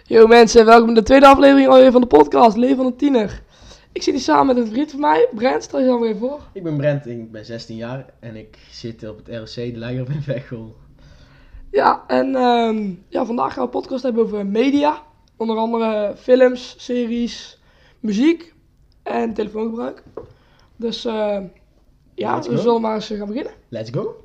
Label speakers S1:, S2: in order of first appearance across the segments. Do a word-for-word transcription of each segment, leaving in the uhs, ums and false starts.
S1: Yo mensen, welkom bij de tweede aflevering alweer van de podcast Leven van een Tiener. Ik zit hier samen met een vriend van mij, Brent. Stel je dan weer voor.
S2: Ik ben Brent, ik ben zestien jaar en ik zit op het R O C, de Leiger in Veghel.
S1: Ja, en um, ja, vandaag gaan we een podcast hebben over media. Onder andere films, series, muziek en telefoongebruik. Dus uh, ja, we zullen maar eens gaan beginnen.
S2: Let's go.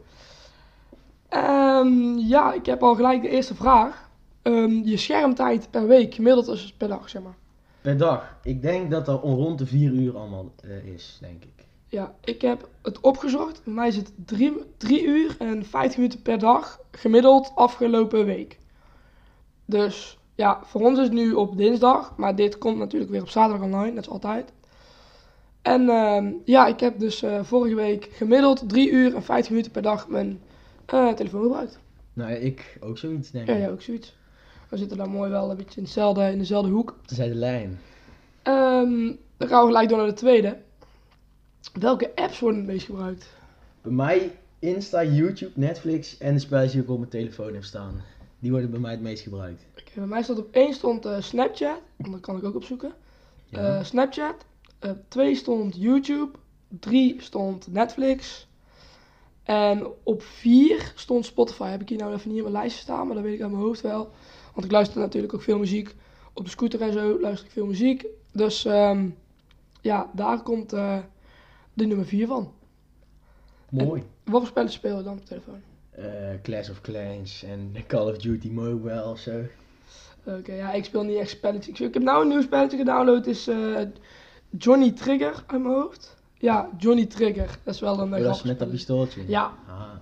S1: Um, ja, ik heb al gelijk de eerste vraag. Um, je schermtijd per week, gemiddeld is per dag, zeg maar.
S2: Per dag? Ik denk dat dat rond de vier uur allemaal uh, is, denk ik.
S1: Ja, ik heb het opgezocht. Bij mij is het drie uur en vijftig minuten per dag, gemiddeld afgelopen week. Dus ja, voor ons is het nu op dinsdag, maar dit komt natuurlijk weer op zaterdag online, net als altijd. En uh, ja, ik heb dus uh, vorige week gemiddeld drie uur en vijftig minuten per dag mijn uh, telefoon gebruikt.
S2: Nou, ik ook zoiets, denk ik.
S1: Ja, ja, ook zoiets. We zitten daar mooi wel een beetje in dezelfde, in dezelfde hoek.
S2: Dezelfde lijn.
S1: Um, dan gaan we gelijk door naar de tweede. Welke apps worden het meest gebruikt?
S2: Bij mij Insta, YouTube, Netflix en de spelletjes die ik op mijn telefoon heb staan. Die worden bij mij het meest gebruikt.
S1: Okay, bij mij stond op één stond uh, Snapchat, en dat kan ik ook opzoeken. Ja. Uh, Snapchat. Uh, twee stond YouTube. drie stond Netflix. En op vier stond Spotify. Heb ik hier nou even niet in mijn lijstje staan, maar dat weet ik uit mijn hoofd wel. Want ik luister natuurlijk ook veel muziek. Op de scooter en zo luister ik veel muziek. Dus um, ja, daar komt uh, de nummer vier van.
S2: Mooi.
S1: En wat voor spellen speel je dan op de telefoon?
S2: Uh, Clash of Clans en Call of Duty Mobile of zo.
S1: Oké, okay, ja, ik speel niet echt spelletjes. Ik heb nou een nieuw spelletje gedownload, is uh, Johnny Trigger uit mijn hoofd. Ja, Johnny Trigger. Dat is wel een
S2: oh, dat is met dat pistooltje?
S1: Ja. Ah.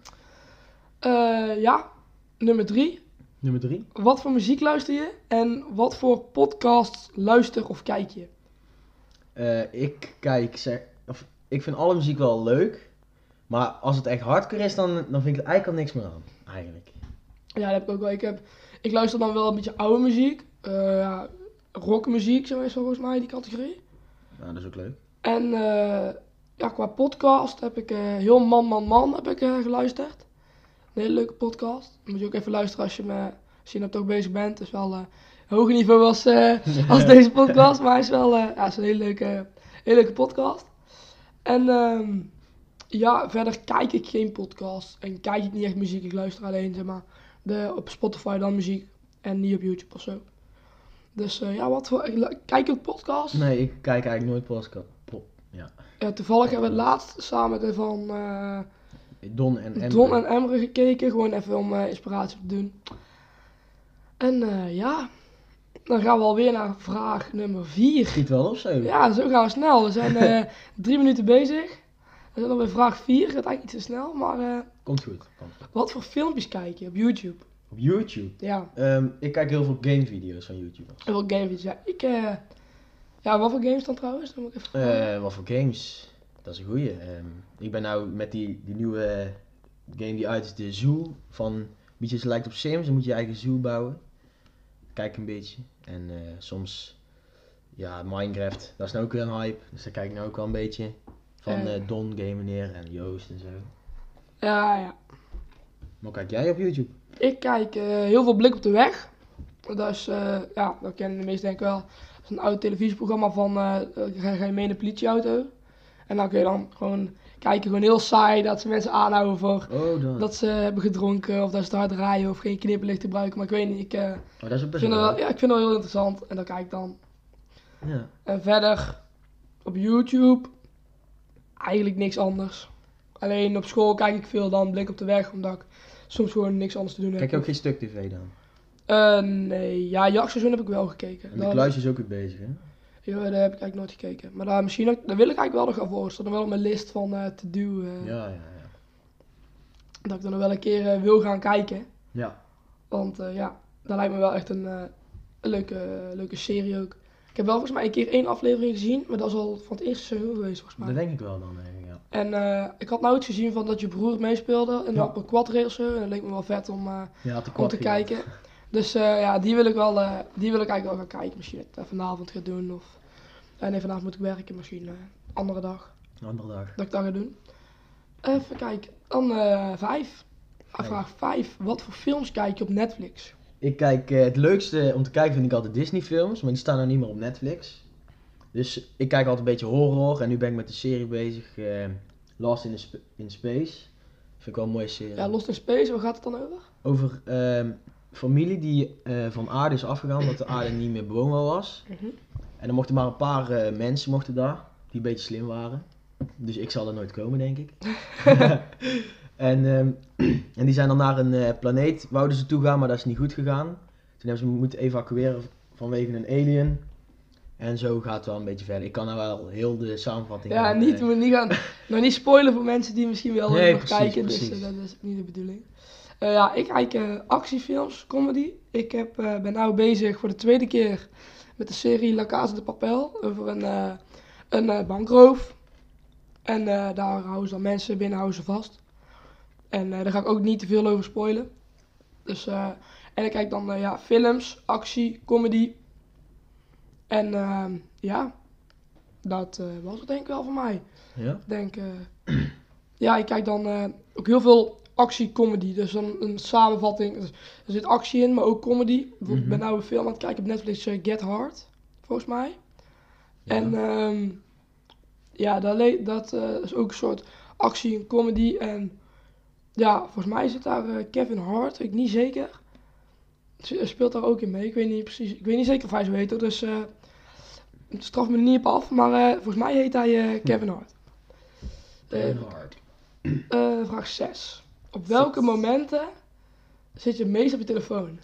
S1: Uh, ja, nummer drie.
S2: Nummer drie.
S1: Wat voor muziek luister je en wat voor podcasts luister of kijk je?
S2: Uh, ik kijk, zeg, of, ik vind alle muziek wel leuk, maar als het echt hardcore is, dan, dan vind ik er eigenlijk al niks meer aan, eigenlijk.
S1: Ja, dat heb ik ook wel. Ik, heb, ik luister dan wel een beetje oude muziek, uh, ja, rockmuziek, zo is volgens mij die categorie.
S2: Nou, dat is ook leuk.
S1: En uh, ja, qua podcast heb ik uh, heel Man Man Man heb ik, uh, geluisterd. Een hele leuke podcast. Dan moet je ook even luisteren als je, me, als je nou toch bezig bent. Het is wel uh, een hoger niveau als, uh, als deze podcast, maar hij is wel uh, ja, is een hele leuke, hele leuke podcast. En um, ja, verder kijk ik geen podcast en kijk ik niet echt muziek. Ik luister alleen zeg maar, de, op Spotify dan muziek en niet op YouTube of zo. Dus uh, ja, wat voor... Kijk je ook podcasts?
S2: Nee, ik kijk eigenlijk nooit podcast. Po- ja.
S1: Ja, toevallig hebben we het laatst samen de van uh,
S2: Don en Emre.
S1: Don en Emre gekeken. Gewoon even om uh, inspiratie te doen. En uh, ja, dan gaan we alweer naar vraag nummer vier.
S2: Schiet wel op zo.
S1: Ja, zo gaan we snel. We zijn uh, drie minuten bezig. We zijn dan bij vraag vier. Het gaat eigenlijk niet zo snel, maar... Uh,
S2: Komt goed. Komt goed.
S1: Wat voor filmpjes kijk je op YouTube?
S2: Op YouTube?
S1: Ja.
S2: Um, ik kijk heel veel gamevideo's van YouTube.
S1: Heel veel gamevideo's, ja. Ik... Uh, Ja, wat voor games dan trouwens? Dan moet ik even
S2: uh, wat voor games? Dat is een goeie. Um, ik ben nou met die, die nieuwe game die uit is, de Zoo. Van, een beetje lijkt op Sims, dan moet je je eigen zoo bouwen. Kijk een beetje. En uh, soms, ja, Minecraft, dat is nou ook weer een hype. Dus daar kijk ik nou ook wel een beetje. Van uh, Don, Game Meneer en Joost en zo.
S1: Ja, ja.
S2: Maar kijk jij op YouTube?
S1: Ik kijk uh, heel veel Blik op de Weg. Dat is, uh, ja, dat kennen de meesten denk ik wel. Dat is een oud televisieprogramma van, uh, ga je mee in een politieauto. En dan kun je dan gewoon kijken, gewoon heel saai, dat ze mensen aanhouden voor
S2: oh, dat.
S1: dat ze hebben gedronken of dat ze te hard rijden of geen knipperlicht gebruiken. Maar ik weet niet, ik, uh,
S2: oh, dat is
S1: vind, dat wel, ja, ik vind dat wel heel interessant en dat kijk ik dan.
S2: Ja.
S1: En verder op YouTube eigenlijk niks anders. Alleen op school kijk ik veel dan Blik op de Weg, omdat ik soms gewoon niks anders te doen heb.
S2: Kijk je ook geen Stuk T V dan?
S1: Uh, nee, ja, jachtseizoen heb ik wel gekeken.
S2: En de kluis is ook weer bezig, hè?
S1: Ja, daar heb ik eigenlijk nooit gekeken. Maar daar, misschien ook, daar wil ik eigenlijk wel nog gaan voor. Staat nog wel op mijn list van uh, to do. Uh,
S2: ja, ja, ja.
S1: Dat ik er nog wel een keer uh, wil gaan kijken.
S2: Ja.
S1: Want uh, ja, dat lijkt me wel echt een, uh, een leuke, uh, leuke serie ook. Ik heb wel volgens mij een keer één aflevering gezien, maar dat is al van het eerste seizoen geweest volgens mij.
S2: Dat denk ik wel dan, eigenlijk, ja.
S1: En uh, ik had nou iets gezien van dat je broer meespeelde en
S2: ja.
S1: op een quadrail of zo. En dat leek me wel vet om, uh,
S2: ja, te,
S1: om te kijken. Dus uh, ja, die wil ik wel, uh, die wil ik eigenlijk wel gaan kijken. Misschien dat ik vanavond ga doen of... Uh, nee, vanavond moet ik werken, misschien een uh, andere dag.
S2: Een andere dag.
S1: Dat ik dat ga doen. Even kijken. Dan uh, vijf. Vraag vijf. Wat voor films kijk je op Netflix?
S2: Ik kijk, uh, het leukste om te kijken vind ik altijd Disney films, maar die staan nou niet meer op Netflix. Dus ik kijk altijd een beetje horror en nu ben ik met de serie bezig, uh, Lost in, the Sp- in Space. Vind ik wel een mooie serie.
S1: Ja, Lost in Space, waar gaat het dan over?
S2: Over uh, familie die uh, van aarde is afgegaan omdat de aarde niet meer bewoonbaar was.
S1: Mm-hmm.
S2: En er mochten maar een paar uh, mensen mochten daar, die een beetje slim waren. Dus ik zal er nooit komen, denk ik. en, um, en die zijn dan naar een uh, planeet, wouden ze toe gaan, maar dat is niet goed gegaan. Toen hebben ze moeten evacueren vanwege een alien. En zo gaat het wel een beetje verder. Ik kan nou wel heel de samenvatting...
S1: Ja,
S2: gaan,
S1: niet,
S2: uh,
S1: we niet gaan, nog niet spoilen voor mensen die misschien wel
S2: nee,
S1: nog
S2: precies,
S1: kijken,
S2: precies.
S1: dus uh, dat is niet de bedoeling. Uh, ja, ik kijk uh, actiefilms, comedy. Ik heb, uh, ben nu bezig voor de tweede keer met de serie La Casa de Papel over een, uh, een uh, bankroof. En uh, daar houden ze dan mensen binnen, houden ze vast. En uh, daar ga ik ook niet te veel over spoilen. Dus, uh, en ik kijk dan uh, ja, films, actie, comedy. En uh, ja, dat uh, was het denk ik wel voor mij.
S2: Ja?
S1: Ik denk, uh, ja, ik kijk dan uh, ook heel veel actie-comedy. Dus dan een samenvatting. Dus er zit actie in, maar ook comedy. Bijvoorbeeld, ik ben
S2: Mhm.
S1: nou een film aan het kijken op Netflix, uh, Get Hard, volgens mij.
S2: Ja.
S1: En um, ja, dat, le- dat uh, is ook een soort actie en comedy. En ja, volgens mij zit daar uh, Kevin Hart, weet ik niet zeker. Z- Speelt daar ook in mee. Ik weet niet precies, ik weet niet zeker of hij zo heet hoor. Dus uh, straf me er niet op af. Maar uh, volgens mij heet hij uh, Kevin Hart.
S2: Heel
S1: Uh,
S2: hard.
S1: uh, vraag zes. Op welke
S2: Zes.
S1: momenten zit je het meest op je telefoon?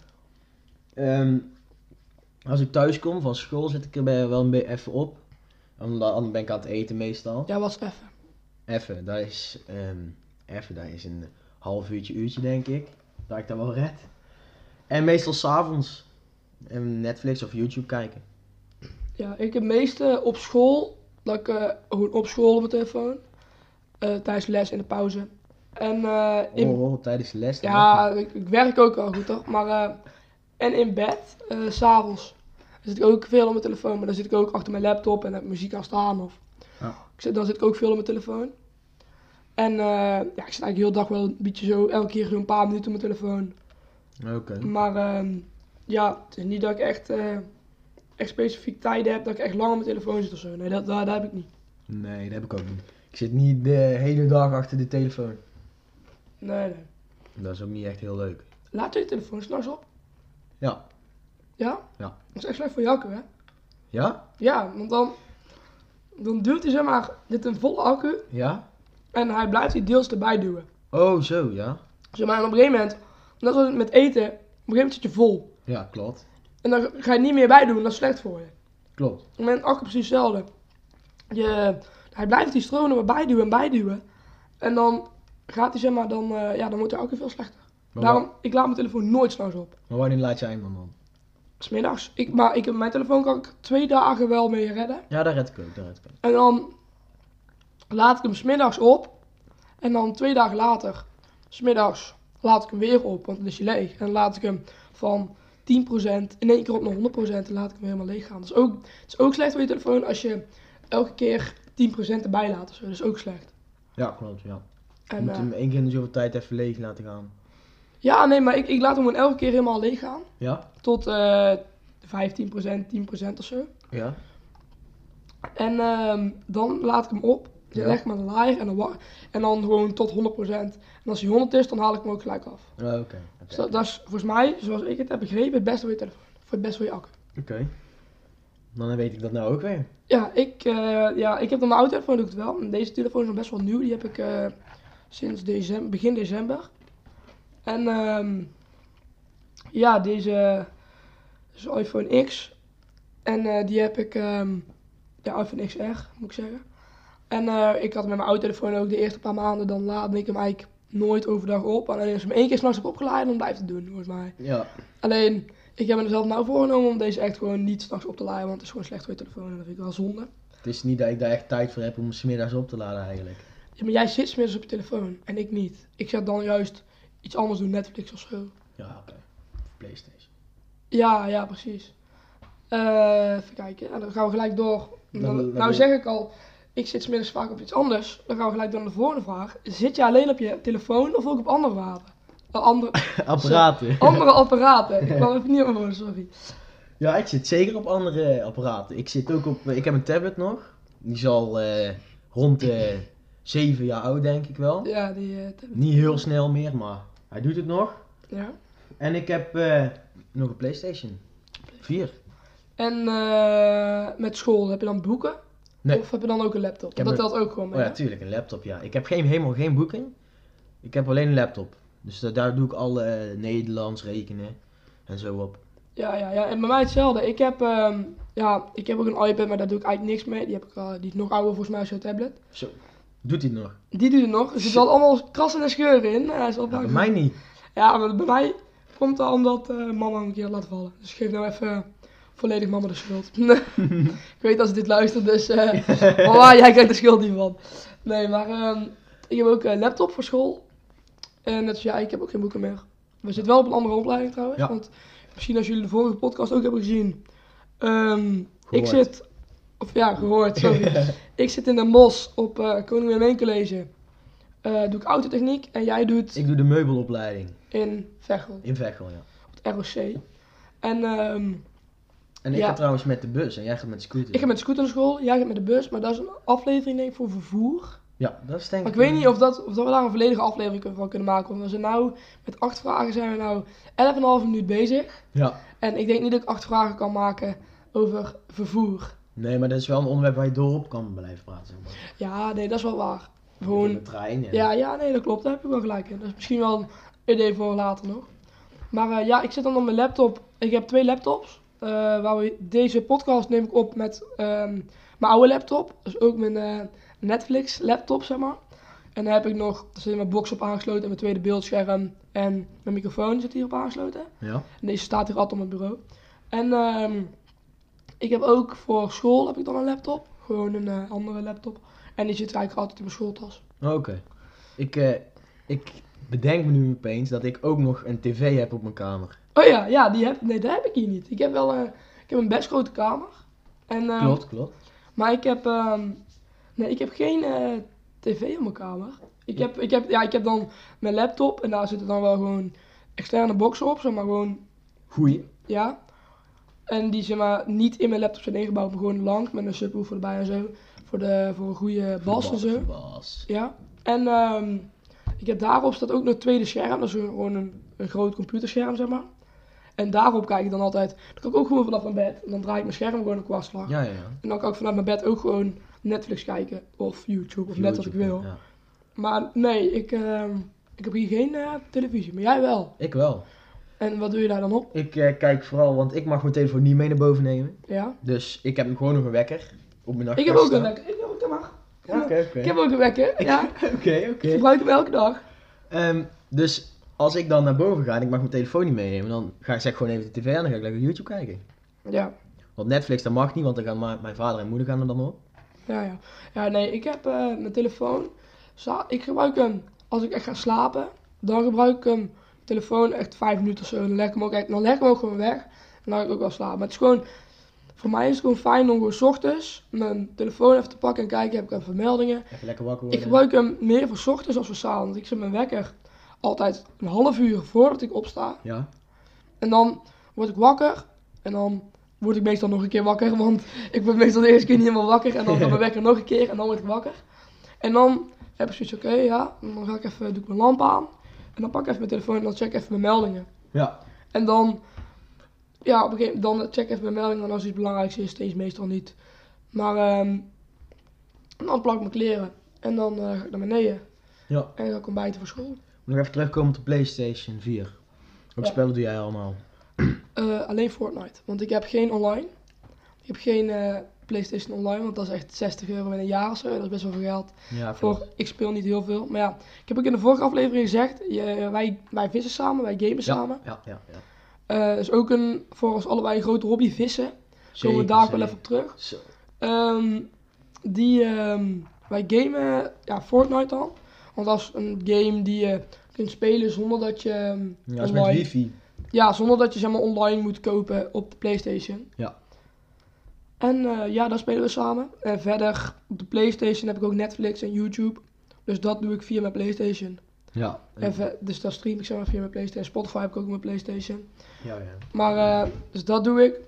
S2: Um, als ik thuis kom van school zit ik er bij- wel een beetje even op. Omdat dan ben ik aan het eten meestal.
S1: Ja, was even.
S2: Even, dat is, um, even, dat is een half uurtje, uurtje denk ik. Dat ik dat wel red. En meestal s'avonds. En Netflix of YouTube kijken.
S1: Ja, ik heb meeste op school. Dat ik uh, gewoon op school op mijn telefoon. Uh, tijdens les in de pauze. En uh, in,
S2: Oh, oh, tijdens de les. dan
S1: ja,
S2: nog.
S1: ik, ik werk ook wel goed toch. Maar uh, en in bed, uh, s'avonds. Dan zit ik ook veel op mijn telefoon. Maar dan zit ik ook achter mijn laptop en heb muziek aan staan. Of,
S2: Ja.
S1: ik zit, dan zit ik ook veel op mijn telefoon. En uh, ja, ik zit eigenlijk heel de dag wel een beetje zo, elke keer zo'n paar minuten op mijn telefoon.
S2: Oké.
S1: Maar uh, ja, het is niet dat ik echt, uh, echt specifiek tijden heb dat ik echt lang op mijn telefoon zit of zo. Nee, dat, dat, dat heb ik niet.
S2: Nee, dat heb ik ook niet. Ik zit niet de hele dag achter de telefoon.
S1: Nee, nee.
S2: Dat is ook niet echt heel leuk.
S1: Laat je je telefoon s'nachts op?
S2: Ja.
S1: Ja?
S2: Ja.
S1: Dat is echt slecht voor je accu, hè?
S2: Ja?
S1: Ja, want dan, dan duwt hij zeg maar dit een volle accu
S2: Ja?
S1: en hij blijft die deels erbij duwen.
S2: Oh, zo, ja.
S1: Zeg maar, en op een gegeven moment, net als met eten, op een gegeven moment zit je vol.
S2: Ja, klopt.
S1: En dan ga je het niet meer bij doen, dat is slecht voor je.
S2: Klopt.
S1: En met een accu precies hetzelfde. Je, hij blijft die stroom er maar bijduwen en bijduwen. En dan gaat hij zeg maar, dan, uh, ja, dan wordt de accu veel slechter.
S2: Maar,
S1: Daarom,
S2: wa-
S1: ik laat mijn telefoon nooit s'nachts op.
S2: maar wanneer laat jij hem dan dan?
S1: 'Smiddags. Ik, maar ik, mijn telefoon kan ik twee dagen wel mee redden.
S2: Ja, dat red ik ook, dat red ik ook.
S1: En dan laat ik hem 'smiddags op. En dan twee dagen later, 'smiddags, laat ik hem weer op, want dan is hij leeg. En dan laat ik hem van tien procent in één keer op naar honderd procent en laat ik hem helemaal leeg gaan. Dat is ook, het is ook slecht voor je telefoon als je elke keer tien procent erbij laat of zo. Dat is ook slecht.
S2: Ja, klopt, ja. Je
S1: En,
S2: moet
S1: uh,
S2: hem één keer in de zoveel tijd even leeg laten gaan.
S1: ja, nee, maar ik, ik laat hem gewoon elke keer helemaal leeg gaan.
S2: Ja?
S1: Tot uh, vijftien procent, tien procent of zo.
S2: Ja?
S1: En uh, dan laat ik hem op. Dan
S2: Ja.
S1: leg ik hem aan de laaier en dan, wa- en dan gewoon tot honderd procent. En als hij honderd is, dan haal ik hem ook gelijk af.
S2: Oh, oké. Okay.
S1: Dus dat, dat is volgens mij, zoals ik het heb begrepen, het beste voor je telefoon. Voor het beste voor je accu.
S2: Oké. Dan weet ik dat nou ook weer.
S1: Ja, ik, uh, ja, ik heb dan mijn oude telefoon, doe ik het wel. En deze telefoon is nog best wel nieuw. Die heb ik uh, sinds december, begin december. En um, ja, deze is een iPhone X. En uh, die heb ik, um, ja, iPhone X R moet ik zeggen. En uh, ik had hem met mijn oude telefoon ook de eerste paar maanden. Dan laadde ik hem eigenlijk nooit overdag op. Alleen als ik hem één keer s'nachts heb opgeladen, dan blijft het doen, volgens mij.
S2: Ja.
S1: Alleen, ik heb me er zelf nou voorgenomen om deze echt gewoon niet s'nachts op te laden. Want het is gewoon slecht voor je telefoon en dat vind ik wel zonde.
S2: Het is niet dat ik daar echt tijd voor heb om 's middags op te laden eigenlijk.
S1: Ja, maar jij zit 's middags op je telefoon en ik niet. Ik ga dan juist iets anders doen, Netflix of zo.
S2: Ja, oké. Okay. PlayStation.
S1: Ja, ja, precies. Uh, even kijken, en dan gaan we gelijk door.
S2: Dan-
S1: Dan,
S2: dan-
S1: nou zeg ik al, ik zit 's middags vaak op iets anders. Dan gaan we gelijk door naar de volgende vraag. Zit je alleen op je telefoon of ook op andere wapen? Uh, andere,
S2: Apparaten.
S1: andere apparaten. Ik kwam even niet op woorden, sorry.
S2: Ja, ik zit zeker op andere apparaten. Ik zit ook op, ik heb een tablet nog. Die is al uh, rond uh, zeven jaar oud, denk ik wel.
S1: Ja, die... Uh,
S2: Niet heel snel meer, maar hij doet het nog.
S1: Ja.
S2: En ik heb uh, nog een PlayStation vier.
S1: En uh, met school, heb je dan boeken?
S2: Nee.
S1: Of heb je dan ook een laptop? Dat
S2: een...
S1: telt ook gewoon mee.
S2: Oh ja,
S1: hè?
S2: tuurlijk, een laptop, ja. Ik heb geen, helemaal geen boeken. Ik heb alleen een laptop. Dus uh, daar doe ik alle uh, Nederlands rekenen en zo op.
S1: Ja, ja, ja. En bij mij hetzelfde. Ik heb, um, ja, ik heb ook een iPad, maar daar doe ik eigenlijk niks mee. Die, heb ik, uh, die is nog ouder volgens mij als jouw tablet.
S2: Zo. Doet hij het nog?
S1: Die doet het nog. Er zitten wel allemaal krassen en scheuren in. Hij is wel
S2: Ja, bij
S1: bang.
S2: mij niet.
S1: Ja, maar bij mij komt het omdat uh, mama hem een keer had laten vallen. Dus ik geef nou even uh, volledig mama de schuld. Ik weet dat ze dit luistert, dus uh, mama, jij krijgt de schuld niet van. Nee, maar um, ik heb ook een laptop voor school. En net als jij, ik heb ook geen boeken meer. We zitten wel op een andere opleiding trouwens.
S2: Ja.
S1: Want misschien als jullie de vorige podcast ook hebben gezien. Um, ik
S2: Gehoord.
S1: zit, of ja, gehoord, sorry. Ik zit in Den Bosch op uh, Koning Wilhelmijn College. Uh, doe ik autotechniek en jij doet
S2: Ik doe de meubelopleiding
S1: in Veghel,
S2: in Veghel, ja.
S1: op het R O C. En um,
S2: En ik
S1: Ja.
S2: ga trouwens met de bus en jij gaat met de scooter.
S1: ik ga met de scooter naar school, jij gaat met de bus, maar dat is een aflevering denk ik voor vervoer.
S2: Ja, dat is denk
S1: Maar
S2: ik...
S1: ik weet niet of, dat, of dat we daar een volledige aflevering van kunnen maken. Want we zijn nou, met acht vragen zijn we nou elf en een half minuut bezig.
S2: Ja.
S1: En ik denk niet dat ik acht vragen kan maken over vervoer.
S2: Nee, maar dat is wel een onderwerp waar je door op kan blijven praten. Zeg maar.
S1: Ja, nee, dat is wel waar.
S2: In
S1: Gewoon,
S2: de trein. En...
S1: ja, ja, nee, dat klopt. Daar heb ik wel gelijk in. Dat is misschien wel een idee voor later nog. Maar uh, ja, ik zit dan op mijn laptop. Ik heb twee laptops. Uh, waar we, deze podcast neem ik op met um, mijn oude laptop. Dus ook mijn uh, Netflix laptop, zeg maar. En dan heb ik nog, er zit mijn box op aangesloten en mijn tweede beeldscherm. En mijn microfoon zit hierop aangesloten.
S2: Ja.
S1: En deze staat hier altijd op mijn bureau. En um, ik heb ook voor school heb ik dan een laptop. Gewoon een uh, andere laptop. En die zit eigenlijk altijd in mijn schooltas.
S2: Oké. Okay. Ik, uh, ik bedenk me nu opeens dat ik ook nog een tv heb op mijn kamer.
S1: Oh ja, ja, die heb, nee, dat heb ik hier niet. Ik heb wel uh, ik heb een best grote kamer. En, uh,
S2: Klopt, klopt.
S1: Maar ik heb, um, nee, ik heb geen uh, tv op mijn kamer. Ik heb, ik, heb, ja, ik heb dan mijn laptop en daar zitten dan wel gewoon externe boxen op, zeg maar gewoon.
S2: Goeie.
S1: Ja. En die zeg maar niet in mijn laptop zijn ingebouwd, maar gewoon langs met een subwoofer erbij en zo. Voor, de, voor een goede bas en zo.
S2: Bas.
S1: Ja. En um, ik heb daarop staat ook nog een tweede scherm. Dat is gewoon een, een groot computerscherm, zeg maar. En daarop kijk ik dan altijd. Dan kan ik ook gewoon vanaf mijn bed. En dan draai ik mijn scherm gewoon een kwartslag.
S2: Ja, ja, ja.
S1: En dan kan ik vanuit mijn bed ook gewoon Netflix kijken. Of YouTube, of net wat ik wil.
S2: Ja.
S1: Maar nee, ik, uh, ik heb hier geen uh, televisie. Maar jij wel.
S2: Ik wel.
S1: En wat doe je daar dan op?
S2: Ik uh, kijk vooral, want ik mag mijn telefoon niet mee naar boven nemen.
S1: Ja.
S2: Dus ik heb gewoon nog een wekker op mijn nachtkast
S1: Ik heb ook
S2: staan.
S1: een wekker. Ik heb ook, dat mag.
S2: Ja, oké, oké.
S1: Ik heb ook een wekker. Ja.
S2: Oké,
S1: Ik
S2: oké.
S1: gebruik hem elke dag.
S2: Um, dus als ik dan naar boven ga en ik mag mijn telefoon niet meenemen, dan ga ik zeg gewoon even de tv aan en dan ga ik lekker YouTube kijken.
S1: Ja.
S2: Want Netflix, dat mag niet, want dan gaan ma- mijn vader en moeder gaan er dan op.
S1: Ja, ja. Ja, nee, ik heb uh, mijn telefoon. Za- ik gebruik hem als ik echt ga slapen. Dan gebruik ik hem, telefoon, echt vijf minuten of zo. Dan leg ik hem ook, echt, dan leg ik hem ook gewoon weg. En dan ga ik ook wel slapen. Maar het is gewoon, voor mij is het gewoon fijn om gewoon 's ochtends mijn telefoon even te pakken en kijken. Heb ik even meldingen.
S2: Even lekker wakker worden.
S1: Ik gebruik hem meer voor 's ochtends als voor 's avonds. Ik zet mijn wekker altijd een half uur voordat ik opsta.
S2: Ja.
S1: En dan word ik wakker. En dan word ik meestal nog een keer wakker. Want ik word meestal de eerste keer niet helemaal wakker. En dan gaat mijn wekker nog een keer. En dan word ik wakker. En dan heb ik zoiets, oké, okay, ja. En dan ga ik even, doe ik mijn lamp aan. En dan pak ik even mijn telefoon en dan check ik even mijn meldingen.
S2: Ja.
S1: En dan, ja, op een gegeven moment, dan check ik even mijn meldingen. En als iets belangrijks is, steeds meestal niet. Maar um, dan plak ik mijn kleren. En dan uh, ga ik naar beneden.
S2: Ja.
S1: En dan ga ik ontbijten voor school.
S2: Nog even terugkomen op de PlayStation vier. Welke
S1: Ja.
S2: spellen doe jij allemaal?
S1: Uh, alleen Fortnite. Want ik heb geen online. Ik heb geen uh, PlayStation online, want dat is echt zestig euro in een jaar of zo. Dat is best wel veel geld.
S2: Ja,
S1: Voor,
S2: klopt.
S1: ik speel niet heel veel. Maar ja, ik heb ook in de vorige aflevering gezegd, je, wij, wij vissen samen, wij gamen
S2: Ja,
S1: samen.
S2: ja, ja, ja.
S1: Uh, is ook een, voor ons allebei een grote hobby, vissen. Komen we
S2: Zeker,
S1: daar ook wel
S2: zeker.
S1: even op terug.
S2: Zo.
S1: Um, die, um, wij gamen, ja, Fortnite dan. Want dat is een game die je kunt spelen zonder dat je um,
S2: Ja, dat is met
S1: online...
S2: wifi.
S1: Ja, zonder dat je zeg maar online moet kopen op de PlayStation.
S2: Ja.
S1: En uh, ja, daar spelen we samen. En verder op de PlayStation heb ik ook Netflix en YouTube. Dus dat doe ik via mijn PlayStation.
S2: Ja.
S1: Even, dus dat stream ik zeg maar via mijn PlayStation. Spotify heb ik ook op mijn PlayStation.
S2: Ja, ja.
S1: Maar, uh, dus dat doe ik.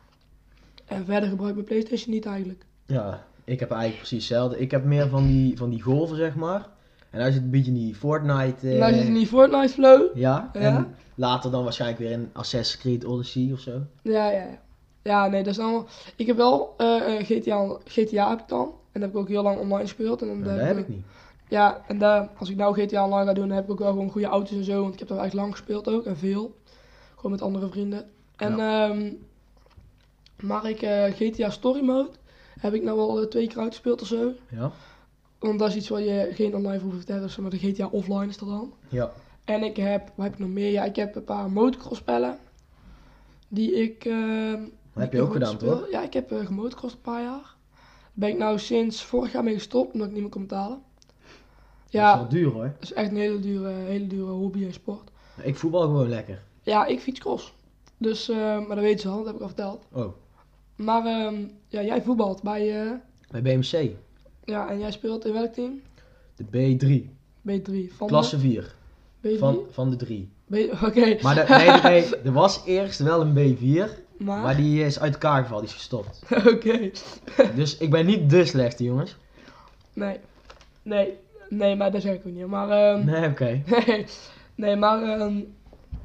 S1: En verder gebruik ik mijn PlayStation niet eigenlijk.
S2: Ja, ik heb eigenlijk precies hetzelfde. Ik heb meer van die, van die golven, zeg maar. En hij zit een beetje in die Fortnite... Uh,
S1: nou zit in die Fortnite flow.
S2: Ja,
S1: Ja.
S2: en later dan waarschijnlijk weer in Assassin's Creed Odyssey of zo.
S1: Ja, ja, ja. Ja, nee, dat is allemaal... Ik heb wel uh, G T A, G T A heb ik dan. En dat heb ik ook heel lang online gespeeld. En dan
S2: Nou, dat heb ik niet.
S1: Ja, en daar, als ik nou G T A online ga doen, dan heb ik ook wel gewoon goede auto's en zo. Want ik heb daar echt lang gespeeld ook. En veel. Gewoon met andere vrienden. En,
S2: Ja.
S1: um, maar ik, uh, G T A Story Mode heb ik nou al uh, twee keer uitgespeeld of zo.
S2: Ja.
S1: Want dat is iets waar je geen online voor hoeft te hebben. Dus maar de G T A offline is dat dan.
S2: Ja.
S1: En ik heb, wat heb ik nog meer? Ja, ik heb een paar motocross spellen. Die ik... Uh,
S2: Dat heb je ook gedaan,
S1: speel.
S2: toch?
S1: Ja, ik heb uh, gemotocrossed een paar jaar. Daar ben ik nou sinds vorig jaar mee gestopt, omdat ik niet meer kon betalen. Ja,
S2: Dat is wel duur, hoor.
S1: dat is echt een hele dure, hele dure hobby en sport.
S2: Ik voetbal gewoon lekker.
S1: Ja, ik fiets cross. Dus, uh, maar dat weten ze al, dat heb ik al verteld.
S2: Oh.
S1: Maar um, ja, jij voetbalt bij... Uh,
S2: Bij B M C.
S1: ja, en jij speelt in welk team?
S2: De B drie.
S1: B drie. Van
S2: Klasse
S1: de,
S2: vier.
S1: B drie?
S2: Van, van de drie.
S1: Oké. Okay.
S2: Maar de, nee, nee, er was eerst wel een B vier.
S1: Maar?
S2: Maar die is uit elkaar gevallen, die is gestopt.
S1: Oké. Okay.
S2: Dus ik ben niet de slechte, jongens.
S1: Nee. Nee. Nee, maar dat zeg ik ook niet. Maar, um,
S2: Nee, oké. Okay.
S1: nee. Nee, maar... Um,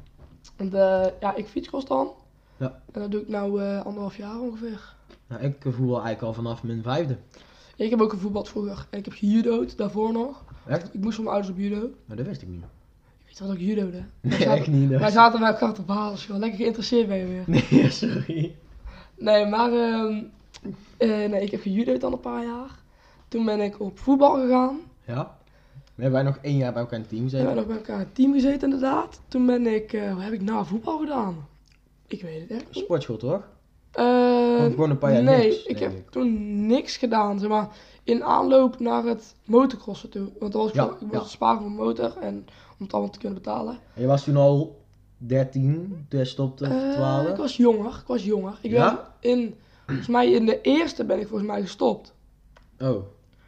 S1: de, ja, ik fietscross dan.
S2: Ja.
S1: En dat doe ik nou uh, anderhalf jaar ongeveer.
S2: Nou, ik voetbal eigenlijk al vanaf mijn vijfde.
S1: Ja, ik heb ook gevoetbald vroeger. En ik heb gejudo'd daarvoor nog.
S2: Echt?
S1: Ik moest van mijn ouders op judo.
S2: Maar dat wist ik niet.
S1: Je weet wat ik judo'de?
S2: Nee,
S1: zaten,
S2: echt niet.
S1: Wij zaten bij elkaar te behalen, joh. Lekker geïnteresseerd ben je weer.
S2: Nee, sorry.
S1: Nee, maar um, uh, nee, ik heb gejudo'd dan een paar jaar. Toen ben ik op voetbal gegaan.
S2: Ja? We hebben wij nog één jaar bij elkaar in het team
S1: We
S2: gezeten.
S1: hebben nog bij elkaar in het team gezeten inderdaad. Toen ben ik, uh, wat heb ik na voetbal gedaan? Ik weet het echt niet.
S2: Sportschool, toch?
S1: Uh,
S2: gewoon een paar jaar
S1: nee,
S2: niks,
S1: ik
S2: denk
S1: heb
S2: ik.
S1: toen niks gedaan, zeg maar, in aanloop naar het motocrossen toe. Want dan was ik,
S2: Ja,
S1: zo, ik was
S2: ja.
S1: sparen voor een motor en om het allemaal te kunnen betalen.
S2: En je was toen al dertien, toen je stopte, of
S1: Uh,
S2: twaalf?
S1: ik was jonger, ik was jonger. Ik ben
S2: Ja?
S1: in, volgens mij in de eerste ben ik volgens mij gestopt.
S2: Oh,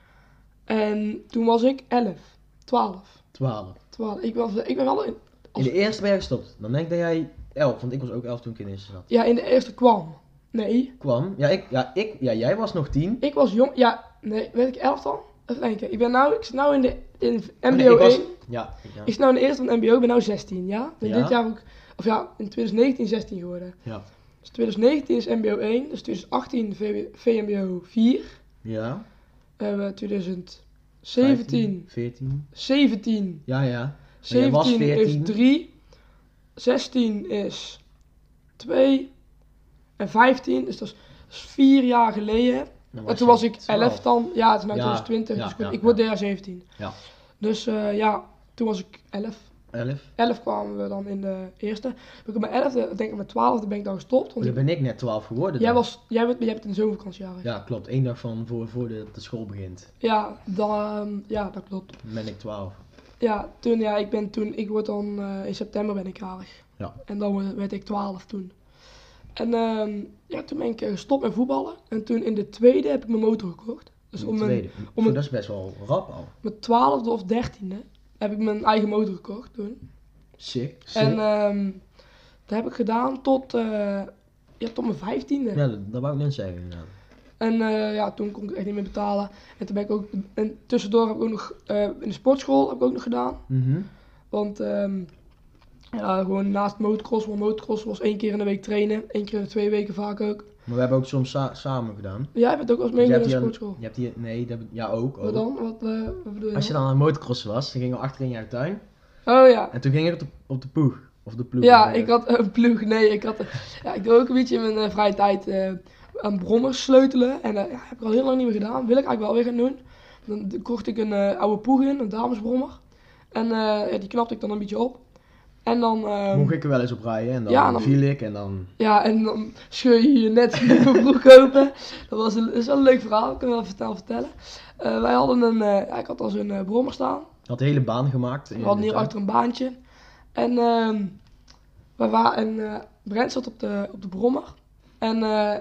S1: En toen was ik elf, twaalf,
S2: twaalf.
S1: twaalf. Ik, was, ik ben wel in,
S2: In
S1: als,
S2: de eerste ben je gestopt. Dan denk ik dat jij elf, want ik was ook elf toen ik in de eerste zat.
S1: ja, in de eerste kwam. Nee,
S2: Kwam? Ja, ik, ja, ik, ja jij was nog tien.
S1: ik was jong, ja, nee, weet ik elf dan? Even denken, ik ben nou, ik zit nou in de in M B O
S2: Oh, nee, ik was-
S1: één.
S2: Ja, ja.
S1: Ik zit nou in de eerste van het M B O, ik ben nou zestien, ja? Ik ben
S2: Ja.
S1: dit jaar ook, of ja, in twintig negentien zestien geworden.
S2: Ja.
S1: Dus twintig negentien is M B O één, dus twintig achttien V M B O vier.
S2: Ja.
S1: We hebben twintig zeventien,
S2: veertien.
S1: zeventien,
S2: Ja, ja. jij was
S1: zeventien is
S2: veertien.
S1: drie, zestien is twee en vijftien, dus dat is, dat is vier jaar geleden.
S2: Dan
S1: En toen
S2: je
S1: was ik
S2: twaalf.
S1: elf dan, ja het is nu
S2: Ja,
S1: twintig twintig,
S2: ja,
S1: dus ik,
S2: ja,
S1: ik word
S2: ja.
S1: dit jaar zeventien.
S2: Ja.
S1: Dus uh, ja, toen was ik elf.
S2: elf.
S1: elf kwamen we dan in de eerste. Ben ik op mijn elfde, denk ik met twaalfde ben ik dan gestopt. Want
S2: Dan
S1: ik,
S2: ben ik net twaalf geworden.
S1: jij,
S2: dan.
S1: was, jij, bent, jij bent in de zomervakantie jarig.
S2: Ja, klopt. Eén dag van voor, voor de, de school begint.
S1: Ja, dan, um, ja, dat klopt.
S2: Dan ben ik twaalf.
S1: Ja, toen, ja, ik ben toen, ik word dan, uh, in september ben ik jarig.
S2: Ja.
S1: En dan werd ik twaalf toen. En um, ja, toen ben ik uh, gestopt met voetballen. En toen in de tweede heb ik mijn motor gekocht. Dus
S2: De
S1: om mijn,
S2: tweede.
S1: om
S2: Zo,
S1: een-
S2: dat is best wel rap al.
S1: mijn twaalfde of dertiende heb ik mijn eigen motor gekocht toen.
S2: Sick. Sick.
S1: En um, dat heb ik gedaan tot, uh, ja, tot mijn vijftiende.
S2: ja, dat, dat wou ik net zeggen inderdaad.
S1: En uh, ja, toen kon ik echt niet meer betalen. En toen ben ik ook, en tussendoor heb ik ook nog, uh, in de sportschool heb ik ook nog gedaan.
S2: Mhm.
S1: Want um, ja, gewoon naast motocross, want motocross was één keer in de week trainen. Één keer in de twee weken vaak ook.
S2: Maar we hebben ook soms sa- samen gedaan.
S1: Jij hebt het ook wel eens
S2: Dus je
S1: meegedaan
S2: hebt
S1: in de
S2: hier
S1: sportschool.
S2: een- Je hebt hier, nee, dat heb, ja ook.
S1: Wat
S2: ook.
S1: dan? Wat, uh, wat bedoel je
S2: Als je
S1: dan?
S2: dan aan het motocrossen was, dan gingen we achterin jouw tuin.
S1: Oh ja.
S2: En toen ging ik op de, op de poeg. Of de ploeg.
S1: Ja,
S2: of, eh,
S1: ik had een ploeg. Nee, ik had... Ja, ik doe ook een beetje in mijn uh, vrije tijd uh, aan brommers sleutelen. En uh, ja, heb ik al heel lang niet meer gedaan. Wil ik eigenlijk wel weer gaan doen. Dan kocht ik een uh, oude poeg in, een damesbrommer. En uh, ja, die knapte ik dan een beetje op. En dan... Uh,
S2: Mocht ik er wel eens op rijden en dan,
S1: Ja, dan-
S2: viel ik en dan...
S1: Ja, en dan scheur je je net je broek open. Dat was een, dat is wel een leuk verhaal, ik kan wel vertel, vertellen. Uh, wij hadden een, uh, ja, ik had al zo'n uh, brommer staan.
S2: Had de hele baan gemaakt. in
S1: We hadden
S2: de
S1: hier
S2: tuin.
S1: achter een baantje. En, uh, wij waren, en uh, Brent zat op de, op de brommer. En uh,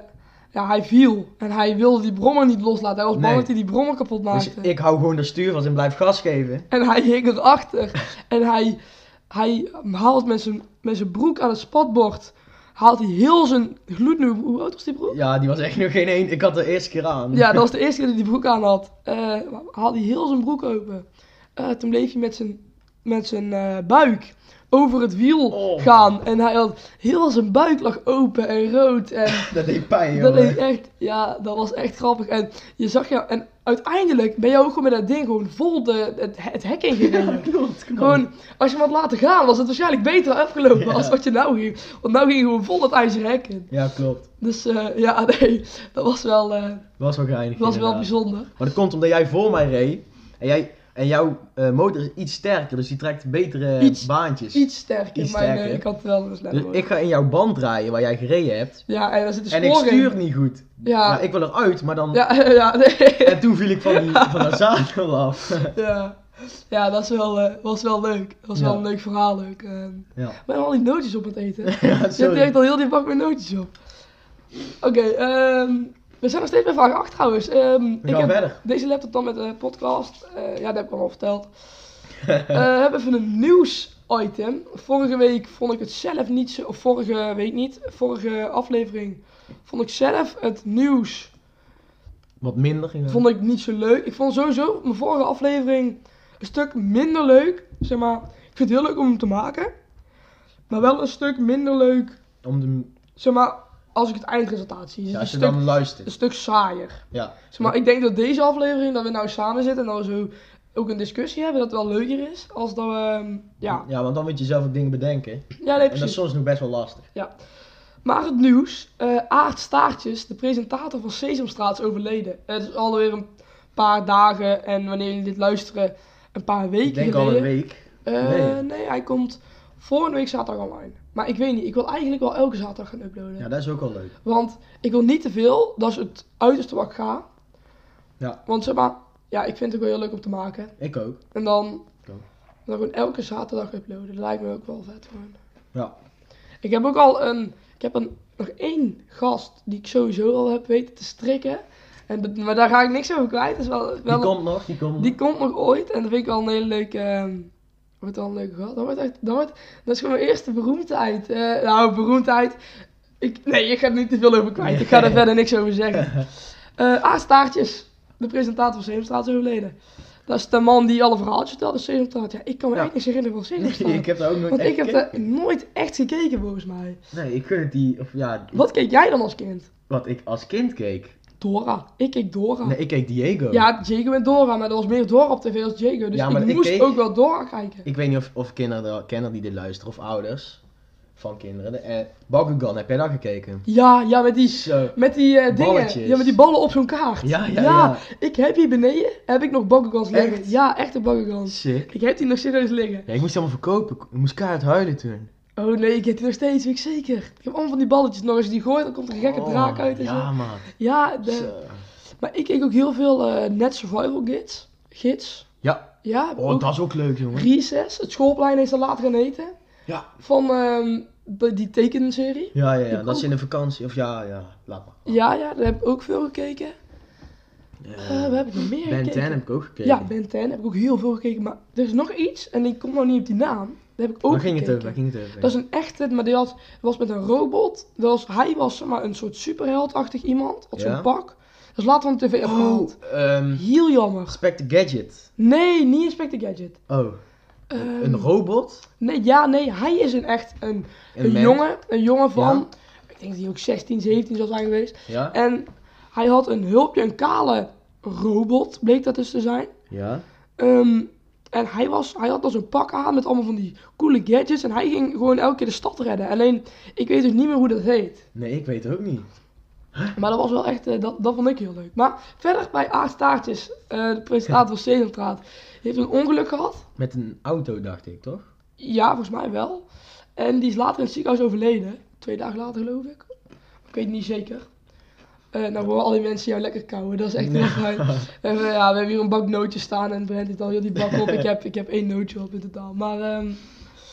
S1: ja, hij viel. En hij wilde die brommer niet loslaten. Hij was bang
S2: Nee.
S1: dat hij die brommer kapot maakte.
S2: Dus ik hou gewoon de stuur vast en blijf gas geven.
S1: En hij hing erachter. En hij, hij haalt met zijn, met zijn broek aan het spatbord. Haalt hij heel zijn gloednieuwe... Hoe oud was die broek?
S2: Ja, die was echt nog geen één. Ik had de eerste keer aan.
S1: Ja, dat was de eerste keer dat hij die broek aan had. Uh, haalde hij heel zijn broek open. Uh, toen bleef hij met zijn, met zijn uh, buik over het wiel
S2: Oh.
S1: gaan. En hij had heel zijn buik lag open en rood. En
S2: Dat deed pijn, joh.
S1: dat deed echt, ja, dat was echt grappig. En je zag ja, en uiteindelijk ben je ook gewoon met dat ding gewoon vol de, het, het hek ingereden.
S2: Ja, klopt, klopt.
S1: Gewoon, als je hem had laten gaan, was het waarschijnlijk beter afgelopen
S2: Ja.
S1: als wat je nou ging. Want nou ging je gewoon vol dat ijzeren hek in.
S2: Ja, klopt.
S1: Dus uh, ja, nee, dat was wel, uh,
S2: Dat was wel geinig.
S1: dat was wel
S2: inderdaad.
S1: bijzonder.
S2: Maar dat komt omdat jij voor mij reed. En, jij, en jouw uh, motor is iets sterker, dus die trekt betere
S1: Iets-
S2: baantjes.
S1: Iets sterker,
S2: Iets
S1: maar nee,
S2: sterker.
S1: ik had wel een snelle
S2: Dus
S1: motor.
S2: ik ga in jouw band draaien waar jij gereden hebt.
S1: Ja, en daar zit de
S2: En ik
S1: spoor
S2: stuur
S1: in.
S2: niet goed.
S1: Ja.
S2: Ja, ik wil eruit, maar dan...
S1: Ja, ja, nee.
S2: En toen viel ik van, die, van dat zadel af.
S1: Ja, ja, dat is wel, uh, was wel leuk. Dat was
S2: Ja.
S1: wel een leuk verhaal ook. Uh,
S2: Ja.
S1: ik ben al die nootjes op aan het eten.
S2: Ja,
S1: Je hebt
S2: sorry.
S1: echt al heel die bak met nootjes op. Oké, ehm, we zijn nog steeds bij vraag acht trouwens. Ehm,
S2: We
S1: ik
S2: gaan
S1: heb
S2: verder.
S1: deze laptop dan met de podcast. Eh, ja, dat heb ik al verteld. Eh, we hebben even een nieuws-item. Vorige week vond ik het zelf niet zo... Of vorige week niet. Vorige aflevering vond ik zelf het nieuws...
S2: Wat minder. inderdaad.
S1: Vond ik niet zo leuk. Ik vond sowieso mijn vorige aflevering een stuk minder leuk. Zeg maar, ik vind het heel leuk om hem te maken. Maar wel een stuk minder leuk,
S2: Om de,
S1: zeg maar, als ik het eindresultaat zie. Dus
S2: ja,
S1: een,
S2: als je
S1: stuk,
S2: dan
S1: een
S2: luistert.
S1: stuk saaier.
S2: Ja.
S1: Zeg maar, ik denk dat deze aflevering, dat we nou samen zitten en dat we zo ook een discussie hebben, dat het wel leuker is. Als dat we, ehm, ja.
S2: Ja, want dan moet je zelf ook dingen bedenken.
S1: Ja, nee,
S2: En dat
S1: precies.
S2: is soms nog best wel lastig.
S1: Maar het nieuws, eh Aart Staartjes, de presentator van Sesamstraat, is overleden. Het is alweer een paar dagen en wanneer jullie dit luisteren, een paar weken
S2: Ik denk
S1: geleden.
S2: al een week.
S1: Eh,
S2: Nee.
S1: nee, hij komt volgende week zaterdag online. Maar ik weet niet, ik wil eigenlijk wel elke zaterdag gaan uploaden.
S2: Ja, dat is ook wel leuk.
S1: Want ik wil niet te veel, dat is het uiterste wat ik ga.
S2: Ja.
S1: Want zeg maar, ja, ik vind het ook wel heel leuk om te maken.
S2: Ik ook.
S1: En dan,
S2: Ik ook.
S1: dan gewoon elke zaterdag uploaden. Dat lijkt me ook wel vet gewoon.
S2: Ja.
S1: Ik heb ook al een, ik heb een, nog één gast die ik sowieso al heb weten te strikken. En, dat- maar daar ga ik niks over kwijt. Dat is wel, wel
S2: Die
S1: een-
S2: komt nog, die komt
S1: Die
S2: nog.
S1: komt nog ooit en dat vind ik wel een hele leuke. ehm wordt wel een leuke gehad. Dat wordt echt. Dat, wordt, dat is gewoon mijn eerste beroemdheid. Eh, nou, beroemdheid. Ik, nee, ik ga er niet te veel over kwijt. Ik ga er verder niks over zeggen. Eh Aart Staartjes, de presentator van Sesamstraat, is overleden. Dat is de man die alle verhaaltjes vertelde. Sesamstraat. Ja, ik kan me
S2: Ja.
S1: echt niks herinneren van Sesamstraat.
S2: ik heb daar ook nooit
S1: Want
S2: echt
S1: ik heb
S2: gekeken.
S1: daar nooit echt gekeken volgens mij.
S2: Nee, ik gun het die, of ja,
S1: Wat keek jij dan als kind?
S2: wat ik als kind keek.
S1: Dora. Ik keek Dora.
S2: Nee, ik keek Diego.
S1: Ja, Jago en Dora, maar er was meer Dora op tv als Jago. Dus
S2: Ja, maar
S1: ik
S2: ik
S1: moest
S2: keek-
S1: ook wel Dora kijken.
S2: Ik weet niet of, of kinderen, kinderen die dit luisteren, of ouders van kinderen. De, eh, Bakugan, heb jij dat gekeken?
S1: Ja, ja, met die,
S2: Zo.
S1: met die eh, dingen.
S2: Balletjes.
S1: Ja, met die ballen op zo'n kaart.
S2: Ja, ja, ja.
S1: Ik heb hier beneden, heb ik nog Bakugans liggen.
S2: Echt?
S1: Ja, echte Bakugans.
S2: Sick.
S1: Ik heb die nog serieus liggen.
S2: Ja, ik moest die allemaal verkopen. Ik moest keihard huilen toen.
S1: Oh nee, ik heb die nog steeds, weet ik zeker. Ik heb allemaal van die balletjes nog. Als je die gooit, dan komt er een gekke
S2: Oh,
S1: draak uit en
S2: ja,
S1: zo.
S2: man.
S1: Ja, de,
S2: Zo.
S1: maar ik keek ook heel veel eh, Net Survival Gids. Gids.
S2: Ja.
S1: Ja,
S2: Oh,
S1: ook
S2: dat is ook leuk, jongen.
S1: Recess. Het schoolplein is er later gaan eten.
S2: Ja.
S1: Van ehm, de- die tekenserie.
S2: Ja, ja, ja.
S1: Ik
S2: Dat is
S1: ook.
S2: in de vakantie. Of ja, ja. Laat maar.
S1: Ja, ja, daar heb ik ook veel gekeken. Eh, wat heb ik nog meer
S2: Ben
S1: gekeken?
S2: ten heb ik ook gekeken.
S1: Ja, Ben ten heb ik ook heel veel gekeken. Maar er is nog iets, en ik kom nog niet op die naam. Daar heb ik ook
S2: Waar ging het
S1: gekeken.
S2: over? Waar ging het over?
S1: Dat is een echte, maar die had, was met een robot. Dat was, hij was zeg maar, een soort superheldachtig iemand. Had zo'n
S2: Ja?
S1: pak. Dat is later van de tv
S2: Oh,
S1: afgehaald.
S2: ehm
S1: Heel jammer.
S2: Spectre Gadget.
S1: Nee, niet Inspector Gadget.
S2: Oh,
S1: Ehm,
S2: een robot?
S1: Nee, ja, nee, hij is een echt een, een,
S2: mens?
S1: jongen. Een jongen van,
S2: Ja.
S1: ik denk dat hij ook zestien, zeventien zou zijn geweest.
S2: Ja?
S1: En hij had een hulpje, een kale robot, bleek dat dus te zijn.
S2: Ja?
S1: Ehm, en hij, was, hij had dan zo'n pak aan met allemaal van die coole gadgets. En hij ging gewoon elke keer de stad redden. Alleen, ik weet dus niet meer hoe dat heet.
S2: Nee, ik weet het ook niet.
S1: Maar dat was wel echt, eh, dat, dat vond ik heel leuk. Maar verder bij Aart Staartjes, eh, de presentator van Sesamstraat, heeft een ongeluk gehad.
S2: Met een auto, dacht ik, toch?
S1: Ja, volgens mij wel. En die is later in het ziekenhuis overleden. Twee dagen later geloof ik. Ik weet het niet zeker. Eh, nou horen al die mensen jou lekker kauwen, dat is echt heel fijn. En, eh, ja, we hebben hier een bak nootjes staan en Brent heeft al heel die bak op. Ik heb, ik heb één nootje op in totaal. Maar ehm,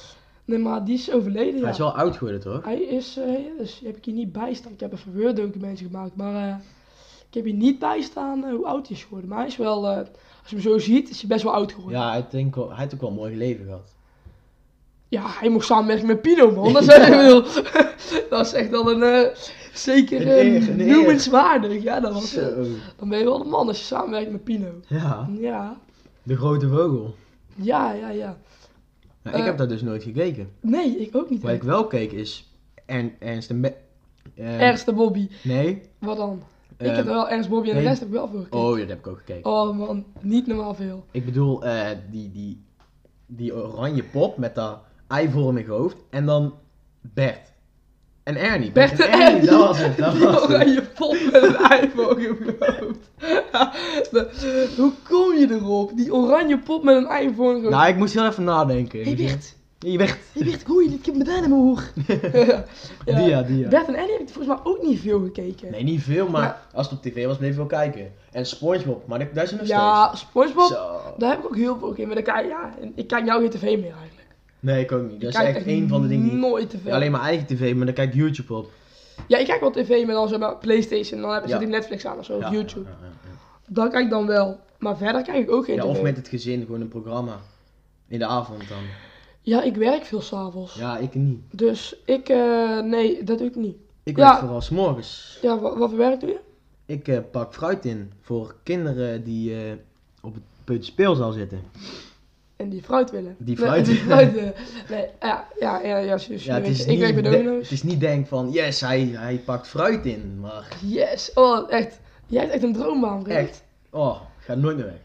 S1: Nee, maar die is overleden, ja.
S2: Hij is wel oud geworden, toch?
S1: Hij is, uh, dus heb ik hier niet bij staan. Ik heb even Word-documenten gemaakt, maar uh, ik heb hier niet bij staan uh, hoe oud hij is geworden. Maar hij is wel, uh, als je hem zo ziet, is hij best wel oud geworden.
S2: Ja, ik denk wel, hij heeft ook wel een mooi leven gehad.
S1: Ja, hij mocht samenwerken met Pino, man. Dat is, echt, dat is echt wel een, uh, zeker
S2: Een eer,
S1: uh,
S2: een eer.
S1: noemenswaardig. Ja, dat was, uh,
S2: Zo.
S1: dan ben je wel de man als je samenwerkt met Pino.
S2: Ja,
S1: Ja,
S2: de grote vogel.
S1: ja, ja, ja.
S2: Nou, ik
S1: Uh,
S2: heb dat dus nooit gekeken.
S1: Nee, ik ook niet.
S2: Wat ik wel keek is Ern, Ernst en... Be uh,
S1: Ernst en Bobby.
S2: Nee.
S1: Wat dan?
S2: Uh,
S1: ik heb wel Ernst, Bobby en
S2: nee.
S1: de rest heb ik wel voor gekeken.
S2: Oh, ja, dat heb ik ook gekeken.
S1: Oh man, niet normaal veel.
S2: Ik bedoel, uh, die, die, die oranje pop met dat eivormige hoofd. En dan Bert. En Ernie.
S1: Bert en
S2: Ernie,
S1: Ernie.
S2: dat was het. Dat
S1: Die
S2: was het.
S1: oranje pop met een eivormig op je hoofd. Ja, de- hoe kom je erop? Die oranje pop met een eivormig hoofd.
S2: Nou, ik moest heel even nadenken.
S1: Hey Bert,
S2: Je Bert.
S1: hey Bert, ik hoor je niet, ik heb meteen in mijn hoer. Ja, ja.
S2: Die ja, die ja.
S1: Bert en Ernie heb ik volgens mij ook niet veel gekeken.
S2: Nee, niet veel, maar
S1: Ja.
S2: als het op tv was, bleef ik wel kijken. En SpongeBob, maar daar is er nog
S1: Ja, Spongebob,
S2: steeds. Zo.
S1: daar heb ik ook heel veel gekeken. Maar dan kijk, ja, ik kijk nou geen tv meer eigenlijk.
S2: Nee, ik ook niet. Dat
S1: Ik
S2: is
S1: kijk
S2: echt één van de dingen die...
S1: nooit tv.
S2: Alleen mijn eigen tv, maar dan kijkt YouTube op.
S1: Ja, ik kijk wel tv met dan zeg maar PlayStation. Dan heb ik
S2: Ja.
S1: zit ik Netflix aan of zo, of
S2: Ja,
S1: YouTube.
S2: ja, ja, ja.
S1: Dat kijk ik dan wel. Maar verder kijk ik ook geen
S2: Ja,
S1: tv.
S2: of met het gezin, gewoon een programma. In de avond dan.
S1: Ja, ik werk veel s'avonds.
S2: Ja, ik niet.
S1: Dus ik, eh, nee, dat doe ik niet.
S2: Ik
S1: Ja.
S2: werk vooral 's morgens.
S1: Ja, wat, wat voor werk doe je?
S2: Ik eh, pak fruit in voor kinderen die eh, op het peuterspeelzaal zitten.
S1: En die fruit willen.
S2: Die
S1: Nee,
S2: fruit
S1: die
S2: willen.
S1: fruit willen. Nee, ja, ja, ja, ja, zus,
S2: Ja, het
S1: weet
S2: is,
S1: je, ik werk
S2: niet
S1: bij
S2: de-
S1: Domino's.
S2: het is niet denk van, yes, hij, hij pakt fruit in. Maar
S1: Yes, oh, echt. Jij hebt echt een droombaan, Rick.
S2: echt, oh, gaat nooit meer weg.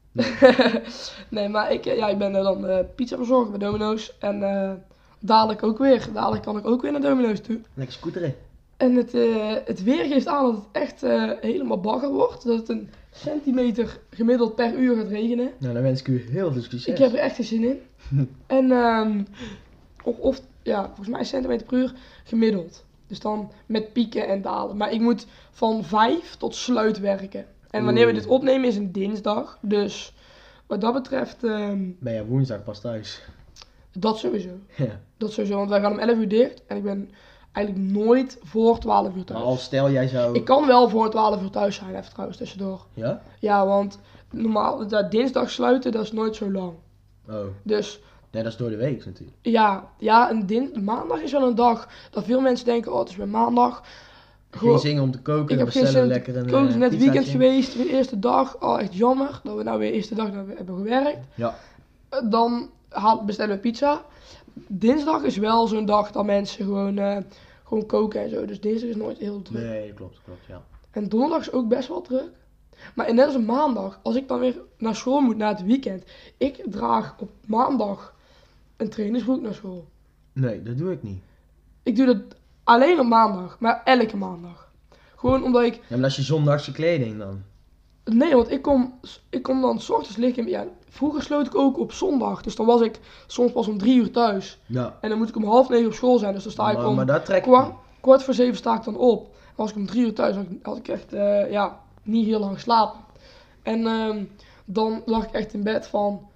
S1: Nee, maar ik, eh, ja, ik ben eh, dan uh, pizza verzorger bij Domino's. En eh dadelijk ook weer. Dadelijk kan ik ook weer naar Domino's toe.
S2: Lekker scooteren.
S1: En het, eh, het weer geeft aan dat het echt eh, helemaal bagger wordt. Dat het een centimeter gemiddeld per uur gaat regenen.
S2: Nou, dan wens ik u heel veel succes.
S1: Ik heb er echt geen zin in. En ehm of, of, ja, volgens mij een centimeter per uur gemiddeld. Dus dan met pieken en dalen. Maar ik moet van vijf tot sluit werken. En wanneer we
S2: Oeh.
S1: dit opnemen is een dinsdag. Dus wat dat betreft, ehm,
S2: Ben je woensdag pas thuis?
S1: dat sowieso.
S2: Ja.
S1: Dat sowieso, want wij gaan om elf uur dicht. En ik ben eigenlijk nooit voor twaalf uur
S2: Maar
S1: thuis.
S2: als stel jij zou...
S1: Ik kan wel voor twaalf uur thuis zijn, even trouwens tussendoor.
S2: Ja?
S1: Ja, want normaal, dat dinsdag sluiten, dat is nooit zo lang.
S2: Oh.
S1: Dus
S2: Nee, dat is door de week natuurlijk.
S1: ja, ja een din maandag is wel een dag dat veel mensen denken, oh het is weer maandag.
S2: Geen
S1: Gewoon-
S2: zin om te koken,
S1: ik
S2: dan
S1: heb geen
S2: bestellen we
S1: zin
S2: lekker een
S1: Ik ook
S2: eh,
S1: net weekend
S2: pizzaatje.
S1: geweest, weer eerste dag. Oh, echt jammer dat we nou weer eerste dag dat we hebben gewerkt.
S2: Ja.
S1: Eh, Dan haal- bestellen we pizza. Dinsdag is wel zo'n dag dat mensen gewoon, eh, gewoon koken en zo. Dus dinsdag is nooit heel druk.
S2: Nee, klopt, klopt, ja.
S1: En donderdag is ook best wel druk. Maar net als een maandag, als ik dan weer naar school moet na het weekend. Ik draag op maandag een trainingsbroek naar school.
S2: Nee, dat doe ik niet.
S1: Ik doe dat alleen op maandag, maar elke maandag. Gewoon omdat ik...
S2: Ja, maar als je zondagse kleding dan.
S1: Nee, want ik kom, ik kom dan 's ochtends liggen. Ja, vroeger sloot ik ook op zondag. Dus dan was ik soms pas om drie uur thuis.
S2: Ja.
S1: En dan moet ik om half negen op school zijn. Dus dan sta ik
S2: Maar,
S1: om
S2: maar dat trek ik
S1: kwart,
S2: niet.
S1: kwart voor zeven sta ik dan op. En als ik om drie uur thuis had, ik- had ik echt eh, ja, niet heel lang geslapen. En ehm, dan lag ik echt in bed van...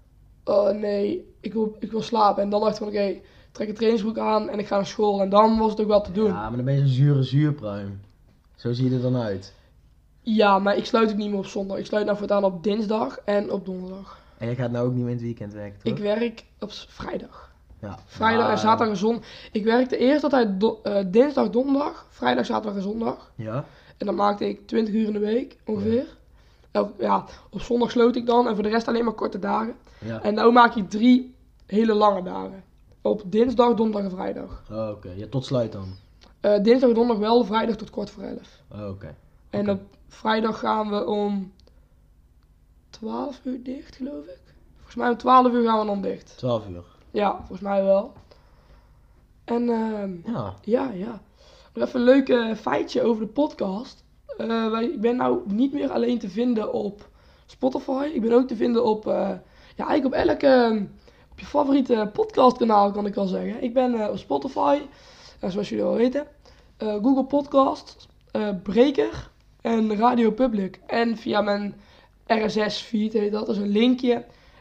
S1: Oh nee, ik wil, ik wil slapen. En dan dacht ik van oké, ik trek een trainingsbroek aan en ik ga naar school. En dan was het ook wel te doen.
S2: Ja, maar dan ben je zo'n zure zuurpruim. Zo zie je er dan uit.
S1: Ja, maar ik sluit ook niet meer op zondag. Ik sluit nou voortaan op dinsdag en op donderdag.
S2: En je gaat nou ook niet meer in het weekend werken, toch?
S1: Ik werk op s- vrijdag.
S2: Ja.
S1: Vrijdag en
S2: Ah,
S1: zaterdag en zondag. Ik werkte eerst altijd do- eh, dinsdag, donderdag, vrijdag, zaterdag en zondag.
S2: Ja?
S1: En dan maakte ik twintig uur in de week ongeveer. Elk, ja, op zondag sloot ik dan en voor de rest alleen maar korte dagen.
S2: Ja.
S1: En nu maak ik drie hele lange dagen. Op dinsdag, donderdag en vrijdag.
S2: Oh, oké. Ja, tot sluit dan.
S1: Eh, dinsdag en donderdag wel, vrijdag tot kwart voor elf.
S2: Oh, oké.
S1: En
S2: Oké.
S1: op vrijdag gaan we om twaalf uur dicht, geloof ik. Volgens mij om twaalf uur gaan we dan dicht.
S2: twaalf uur.
S1: Ja, volgens mij wel. En ehm
S2: Ja.
S1: ja, ja. Nog even een leuk eh, feitje over de podcast. Eh, wij, ik ben nou niet meer alleen te vinden op Spotify. Ik ben ook te vinden op, eh, ja, eigenlijk op elke, op je favoriete podcastkanaal kan ik wel zeggen. Ik ben eh, op Spotify, eh, zoals jullie wel weten. eh, Google Podcast, eh, Breaker en Radio Public. En via mijn R S S feed heet dat, dat is een linkje.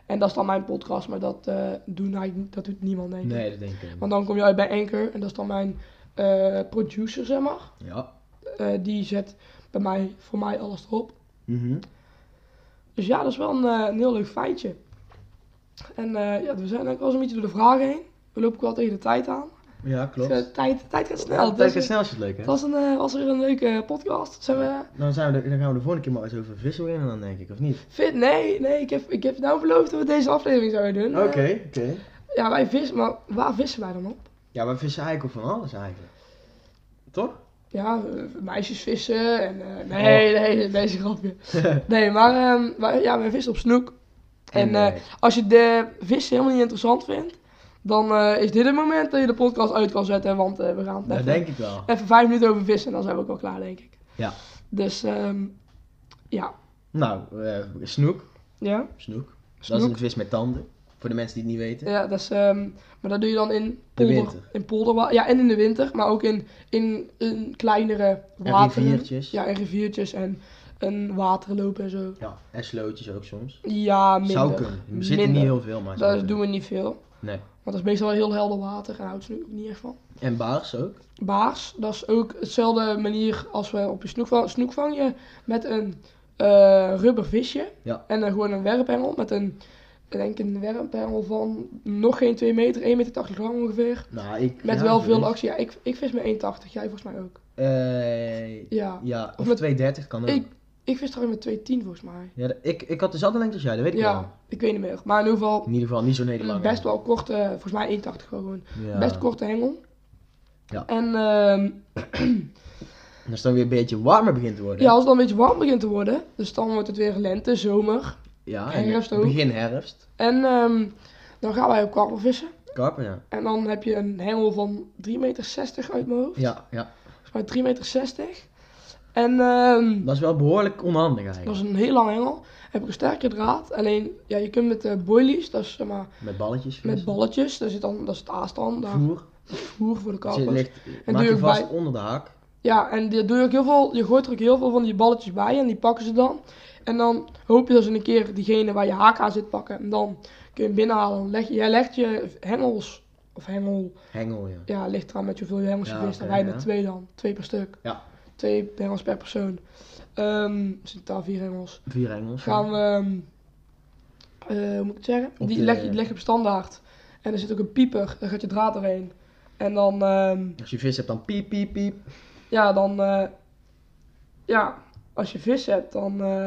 S1: En dat is dan mijn podcast, maar dat, uh, doen eigenlijk, niet- dat doet niemand, denk ik.
S2: Nee, dat denk ik niet.
S1: Want dan kom je uit bij Anchor en dat is dan mijn uh, producer, zeg maar.
S2: Ja.
S1: Uh, die zet bij mij, voor mij alles erop.
S2: Mhm.
S1: Dus ja, dat is wel een, uh, een heel leuk feitje. En uh, ja, we zijn ook wel zo'n beetje door de vragen heen. We lopen ook wel tegen de tijd aan.
S2: Ja, klopt.
S1: Dus, uh, tijd, de tijd gaat snel.
S2: Ja,
S1: Het
S2: tijd
S1: was,
S2: gaat snel als je het leuk, hè?
S1: Het was, een, uh, was weer een leuke podcast. Zijn we,
S2: Dan, zijn we de, dan gaan we de volgende keer maar eens over vissen beginnen dan, denk ik, of niet?
S1: Fit? Nee, nee, ik heb, ik heb nou beloofd dat we deze aflevering zouden doen.
S2: Oké,
S1: Uh,
S2: oké. Okay.
S1: Ja, wij vissen, maar waar vissen wij dan op?
S2: Ja, wij vissen eigenlijk op van alles eigenlijk. Toch?
S1: Ja, uh, meisjes vissen en... Uh, nee,
S2: oh.
S1: nee, deze grapje. Nee, maar um, wij, ja, wij vissen op snoek. En
S2: nee.
S1: uh, als je de vissen helemaal niet interessant vindt, dan uh, is dit het moment dat je de podcast uit kan zetten, want uh, we gaan
S2: Dat
S1: even,
S2: denk ik wel.
S1: even vijf minuten over vissen en dan zijn we ook wel klaar, denk ik.
S2: Ja.
S1: Dus, um, ja.
S2: Nou, uh, snoek.
S1: Ja?
S2: Snoek.
S1: Snoek.
S2: Dat is een vis met tanden, voor de mensen die het niet weten.
S1: Ja, dat is, um, maar dat doe je dan in
S2: De
S1: polder,
S2: winter.
S1: in polderwater. Ja, en in de winter, maar ook in, in, in kleinere
S2: En
S1: wateren.
S2: riviertjes.
S1: Ja, in riviertjes en een waterloop en zo.
S2: Ja, en slootjes ook soms.
S1: Ja, minder.
S2: Zou kunnen. Er zitten
S1: Minder.
S2: niet heel veel, maar zou
S1: Dat
S2: kunnen.
S1: doen we niet veel.
S2: Nee.
S1: Want dat is meestal wel heel helder water en houdt ze nu ook niet echt van.
S2: En baars ook.
S1: Baars, dat is ook hetzelfde manier als we op je snoek vangen. Snoek vang je met een uh, rubber visje.
S2: Ja.
S1: En dan gewoon een werphengel met een, ik denk een werphengel van nog geen twee meter, één komma tachtig meter lang ongeveer.
S2: Nou, ik...
S1: Met
S2: ja,
S1: wel
S2: zo
S1: veel
S2: is.
S1: actie. Ja, ik, ik vis met één komma tachtig, jij volgens mij ook.
S2: Uh,
S1: Ja.
S2: Ja, of,
S1: Of met-
S2: twee dertig kan ook.
S1: Ik, ik vis trouwens met twee komma tien volgens mij.
S2: Ja, de- ik, ik had dezelfde lengte als jij, dat weet ik wel.
S1: Ja, ik weet niet meer. Maar in ieder geval,
S2: In ieder geval niet zo'n hele lange.
S1: best wel korte, volgens mij één komma tachtig gewoon.
S2: Ja.
S1: Best korte hengel.
S2: Ja.
S1: En ehm
S2: En als het dan weer een beetje warmer begint te worden.
S1: ja, als het dan een beetje warm begint te worden, dus dan wordt het weer lente, zomer.
S2: Ja, en
S1: herfst ook.
S2: begin herfst.
S1: En ehm, dan gaan wij op karper vissen.
S2: Karper, ja.
S1: En dan heb je een hengel van drie komma zestig meter uit mijn hoofd.
S2: Ja, ja.
S1: Volgens mij drie komma zestig meter. En ehm,
S2: Dat is wel behoorlijk onhandig eigenlijk.
S1: dat is een heel lang hengel. Heb ik een sterke draad. Alleen, ja, je kunt met de boilies, dat is zeg maar
S2: Met balletjes.
S1: met
S2: vissen.
S1: balletjes, daar zit dan, dat is het aastan, daar
S2: Voer.
S1: voer voor de
S2: Dus je
S1: karpers.
S2: ligt,
S1: En
S2: maak
S1: doe
S2: je
S1: je
S2: vast
S1: bij-
S2: onder de haak.
S1: Ja, en die doe je ook heel veel, je gooit er ook heel veel van die balletjes bij en die pakken ze dan. En dan hoop je dat ze een keer diegene waar je haak aan zit pakken. En dan kun je hem binnenhalen. Dan leg je, jij legt je hengels, of hengel,
S2: Hengel, ja.
S1: ja, ligt eraan met hoeveel je hengels je
S2: Ja,
S1: vist. En
S2: oké,
S1: wij
S2: ja.
S1: met twee dan, twee per stuk.
S2: Ja.
S1: Twee hengels per persoon. Ehm dus in totaal vier hengels.
S2: Vier hengels.
S1: Gaan we, ehm, eh, hoe moet ik het zeggen?
S2: Op
S1: Die
S2: de-
S1: leg je, leg je op standaard. En er zit ook een pieper, daar gaat je draad doorheen. En dan, ehm,
S2: Als je vis hebt, dan piep, piep, piep.
S1: ja, dan, eh, ja, als je vis hebt, dan, eh,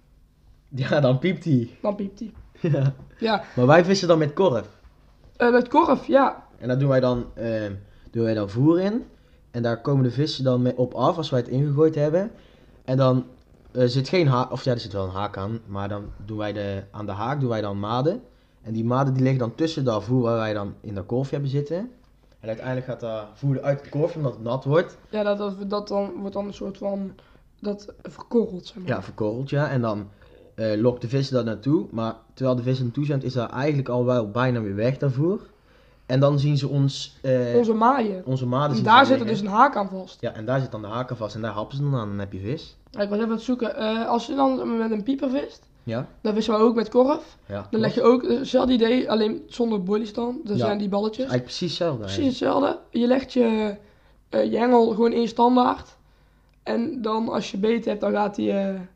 S2: Ja, dan piept hij.
S1: dan piept die.
S2: Ja.
S1: Ja,
S2: Maar wij vissen dan met korf.
S1: eh, met korf, ja.
S2: En daar doen wij dan, ehm, doen wij dan voer in. En daar komen de vissen dan mee op af als wij het ingegooid hebben. En dan eh, zit geen haak, of ja, er zit wel een haak aan. Maar dan doen wij de, aan de haak doen wij dan maden. En die maden die liggen dan tussen dat voer waar wij dan in dat korfje hebben zitten. En uiteindelijk gaat dat voer uit het korfje omdat het nat wordt.
S1: Ja, dat, dat, dat dan, wordt dan een soort van, dat verkorrelt, zeg maar.
S2: Ja, verkorreld, ja. En dan eh, lokt de vissen dat naartoe. Maar terwijl de vissen naartoe zijn, is dat eigenlijk al wel bijna weer weg, dat voer. En dan zien ze ons, eh,
S1: Onze maaien.
S2: onze maden
S1: En
S2: zien
S1: daar
S2: ze
S1: zit er dus
S2: liggen.
S1: een haak aan vast.
S2: Ja, en daar zit dan de haken vast en daar happen ze dan aan en dan heb je vis.
S1: Ja, ik was even aan het zoeken. Eh, als je dan met een pieper vist,
S2: Ja,
S1: dan vissen we ook met korf.
S2: ja.
S1: Dan leg je ook eh, hetzelfde idee, alleen zonder boilies dan. Dat
S2: Ja.
S1: zijn die balletjes.
S2: Eigenlijk precies hetzelfde.
S1: Precies
S2: eigenlijk.
S1: hetzelfde. Je legt je, eh, je hengel gewoon in standaard. En dan als je beet hebt, dan gaat hij... eh,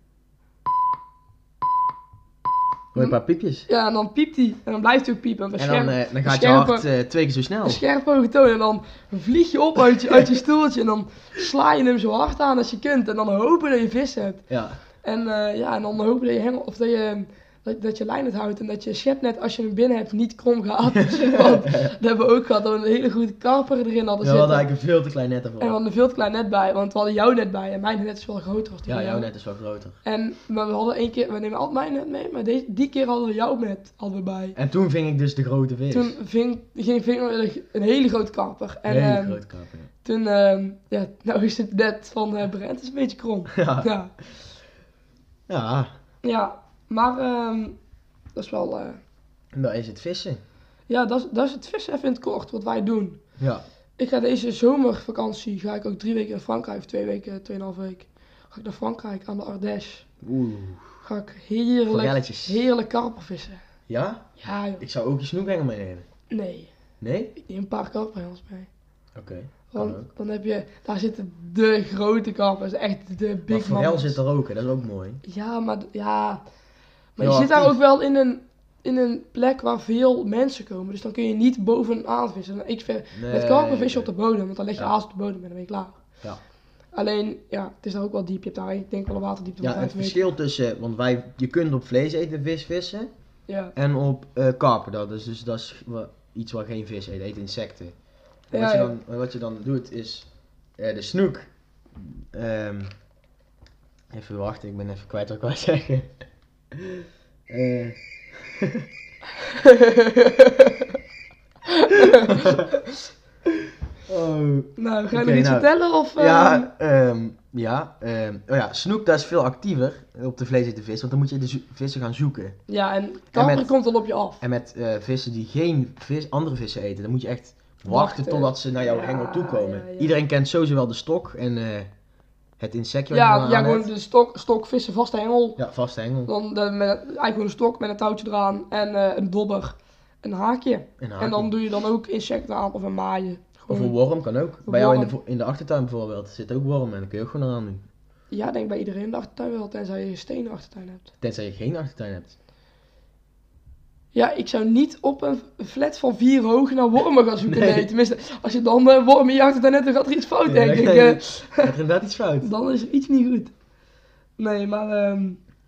S2: Hoor je een paar piepjes.
S1: ja, en dan piept hij. En dan blijft hij ook piepen. Met
S2: En
S1: scherp-
S2: dan, eh, dan gaat je
S1: scherpe-
S2: hart eh, twee keer zo snel.
S1: een scherp hoge toon. En dan vlieg je op uit je, uit je stoeltje. En dan sla je hem zo hard aan als je kunt. En dan hopen dat je vis hebt.
S2: Ja,
S1: En, eh, ja, en dan hopen dat je hengel, of dat je, dat, dat je lijn het houdt. En dat je schepnet, als je hem binnen hebt, niet krom gaat. Want dat hebben we ook gehad. Dat we een hele goede karper erin hadden
S2: we hadden
S1: zitten.
S2: eigenlijk een veel te klein net
S1: En we
S2: ervoor.
S1: hadden een veel te klein net bij. Want we hadden jouw net bij. En mijn net is wel groter als die
S2: Ja,
S1: van
S2: jouw
S1: jou.
S2: net is wel groter.
S1: En, maar we hadden één keer, we nemen altijd mijn net mee. Maar deze, die keer hadden we jouw net hadden we bij.
S2: En toen ving ik dus de grote vis.
S1: Toen ving, ging, ving we een hele grote karper. En
S2: een hele
S1: ehm,
S2: grote karper. ja.
S1: toen, ehm, ja, nou is het net van eh Brent is een beetje krom.
S2: Ja.
S1: Ja,
S2: Ja,
S1: ja maar ehm, dat is wel, eh,
S2: dat is het vissen.
S1: ja, dat is, dat is het vissen even in het kort wat wij doen.
S2: Ja.
S1: Ik ga deze zomervakantie, ga ik ook drie weken naar Frankrijk, of twee weken, tweeënhalf week. Ga ik naar Frankrijk aan de Ardèche.
S2: Oeh.
S1: Ga ik heerlijk,
S2: Forelletjes.
S1: heerlijk karper vissen.
S2: Ja?
S1: Ja, joh.
S2: Ik zou ook je snoekhanger meenemen.
S1: Nee.
S2: Nee?
S1: Ik neem een paar karpels mee.
S2: Oké.
S1: Want
S2: Kan ook.
S1: dan heb je, daar zitten de grote karpers, echt de
S2: Maar
S1: big
S2: forel
S1: mamas.
S2: zit er ook, hè? Dat is ook mooi.
S1: Ja, maar, ja. maar
S2: Heel
S1: je zit daar
S2: actief.
S1: ook wel in een, in een plek waar veel mensen komen. Dus dan kun je niet bovenaan vissen. Ik vind,
S2: Nee,
S1: met karper vis je
S2: nee.
S1: op de bodem, want dan leg je
S2: Ja.
S1: aas op de bodem en dan ben je klaar.
S2: Ja.
S1: Alleen, ja, het is daar ook wel diep. Je hebt daar, ik denk wel een waterdiepte van
S2: Ja, het
S1: vijf meter.
S2: verschil tussen, want wij, je kunt op vlees eten vis vissen
S1: Ja.
S2: en op eh karper. Dat is, dus dat is wa- iets waar geen vis eet, eet insecten. En
S1: Ja,
S2: wat, je
S1: ja.
S2: dan, wat je dan doet is eh, de snoek. ehm, even wachten, ik ben even kwijt wat ik wou zeggen. Eh, oh.
S1: Nou, ga je
S2: Oké,
S1: nog iets
S2: nou,
S1: vertellen? Of,
S2: Ja, ehm, ja, ehm, oh ja, snoek dat is veel actiever op de vlees eten vis, want dan moet je de zo- vissen gaan zoeken.
S1: ja, en karper
S2: met-
S1: komt al op je af.
S2: En met eh, vissen die geen vis, andere vissen eten, dan moet je echt wachten,
S1: Wachten.
S2: totdat ze naar jouw
S1: Ja,
S2: hengel toe komen.
S1: ja, ja.
S2: Iedereen kent sowieso wel de stok en eh, het insectje wat je
S1: Ja,
S2: dan
S1: ja,
S2: aan
S1: gewoon
S2: hebt.
S1: de stok, stok vissen, vaste hengel.
S2: Ja, vaste hengel.
S1: Dan de, met, eigenlijk gewoon een stok met een touwtje eraan en eh, een dobber, een haakje.
S2: Een haakje.
S1: En dan doe je dan ook insecten aan of een maaien.
S2: Of
S1: Gewoon,
S2: een worm kan ook. Bij jou in de,
S1: worm.
S2: vo- in de achtertuin bijvoorbeeld zit ook worm en dan kun je ook gewoon eraan doen.
S1: Ja, ik denk bij iedereen in de achtertuin wel, tenzij je een stenen achtertuin hebt.
S2: Tenzij je geen achtertuin hebt.
S1: Ja, ik zou niet op een flat van vier hoog naar wormen gaan zoeken. Nee,
S2: Nee.
S1: tenminste, als je dan uh, wormen in je achtertuin hebt, dan gaat er iets fout,
S2: Ja,
S1: denk
S2: dan
S1: ik.
S2: ga je-
S1: eh.
S2: Er is inderdaad iets fout.
S1: Dan is er iets niet goed. Nee, maar ehm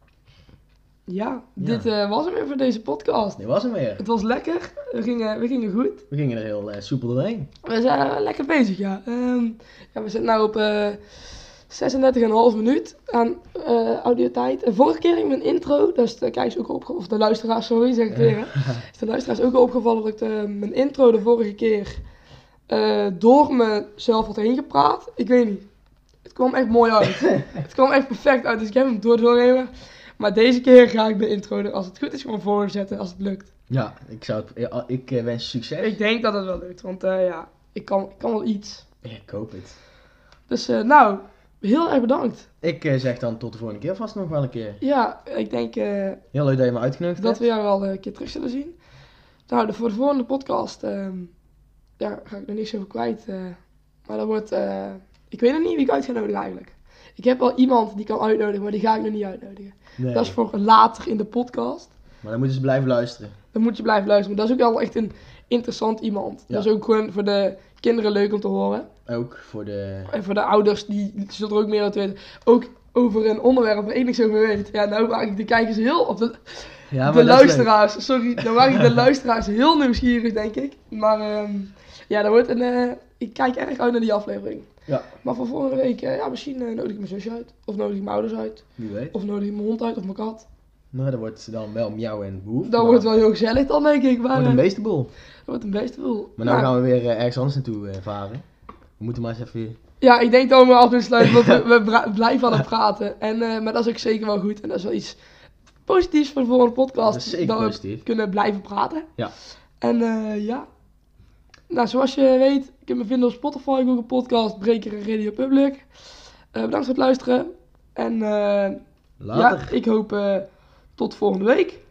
S1: ja,
S2: Ja.
S1: dit eh, was hem weer voor deze podcast.
S2: Dit was hem weer.
S1: Het was lekker, we gingen, we gingen goed.
S2: We gingen er heel eh, soepel doorheen.
S1: We zijn eh, lekker bezig, ja. Ehm, ja we zitten nu op eh zesendertig komma vijf minuut aan eh audiotijd. En vorige keer in mijn intro, dus de kijkers ook opgevallen, of de luisteraars, sorry, zeg ik weer. Hè. Is de luisteraars ook al opgevallen dat ik de, mijn intro de vorige keer eh, door mezelf had heen gepraat. Ik weet niet. Het kwam echt mooi uit. Het kwam echt perfect uit, dus ik heb hem door doornemen. Maar deze keer ga ik de intro er, als het goed is, gewoon voorzetten, als het lukt.
S2: Ja, ik, zou het, ja, ik eh, wens je succes.
S1: Ik denk dat het wel lukt, want eh, ja, ik kan, ik kan wel iets.
S2: Ik hoop het.
S1: Dus eh, nou, heel erg bedankt.
S2: Ik eh, zeg dan tot de volgende keer vast nog wel een keer.
S1: Ja, ik denk eh,
S2: Heel leuk dat je me uitgenodigd
S1: dat
S2: hebt.
S1: we jou wel een keer terug zullen zien. Nou, de, voor de volgende podcast ehm, ja, ga ik er niks over kwijt. eh, maar dat wordt, eh, ik weet nog niet wie ik uit ga nodigen eigenlijk. Ik heb wel iemand die kan uitnodigen, maar die ga ik nog niet uitnodigen.
S2: Nee.
S1: Dat is voor later in de podcast.
S2: Maar dan moeten ze blijven luisteren.
S1: Dan moet je blijven luisteren. Maar dat is ook wel echt een interessant iemand.
S2: Ja.
S1: Dat is ook gewoon voor de kinderen leuk om te horen.
S2: Ook voor de...
S1: En voor de ouders, die zullen er ook meer over weten. Ook over een onderwerp waar ik niks over weet. Ja, nou maak ik de kijkers heel... Of de,
S2: Ja,
S1: de
S2: dat is leuk.
S1: luisteraars, sorry. Dan maak ik de luisteraars heel nieuwsgierig, denk ik. Maar ehm, ja, dat wordt een... eh, ik kijk erg uit naar die aflevering.
S2: Ja,
S1: Maar voor volgende week, eh, ja, misschien eh, nodig ik mijn zusje uit. Of nodig ik mijn ouders uit.
S2: wie weet.
S1: Of nodig ik mijn hond uit, of mijn kat.
S2: Nou, dat wordt dan wel miauw en boef.
S1: Dat
S2: maar
S1: wordt wel heel gezellig dan, denk ik. Maar,
S2: wordt een
S1: eh,
S2: beestenboel.
S1: dat wordt een beestenboel.
S2: Maar nou gaan we weer eh, ergens anders naartoe eh, varen. We moeten maar eens even...
S1: Ja, ik denk dat we maar af moeten sluiten, want we, we bra- blijven aan het praten. En, eh, maar dat is ook zeker wel goed. En dat is wel iets positiefs voor de volgende podcast.
S2: Dat is zeker
S1: we
S2: positief.
S1: kunnen blijven praten.
S2: Ja.
S1: En eh, ja. Nou, zoals je weet, je kunt me vinden op Spotify, Google Podcast, Breaker en Radio Public. Eh, bedankt voor het luisteren. En eh,
S2: Later.
S1: ja, ik hoop eh, tot volgende week.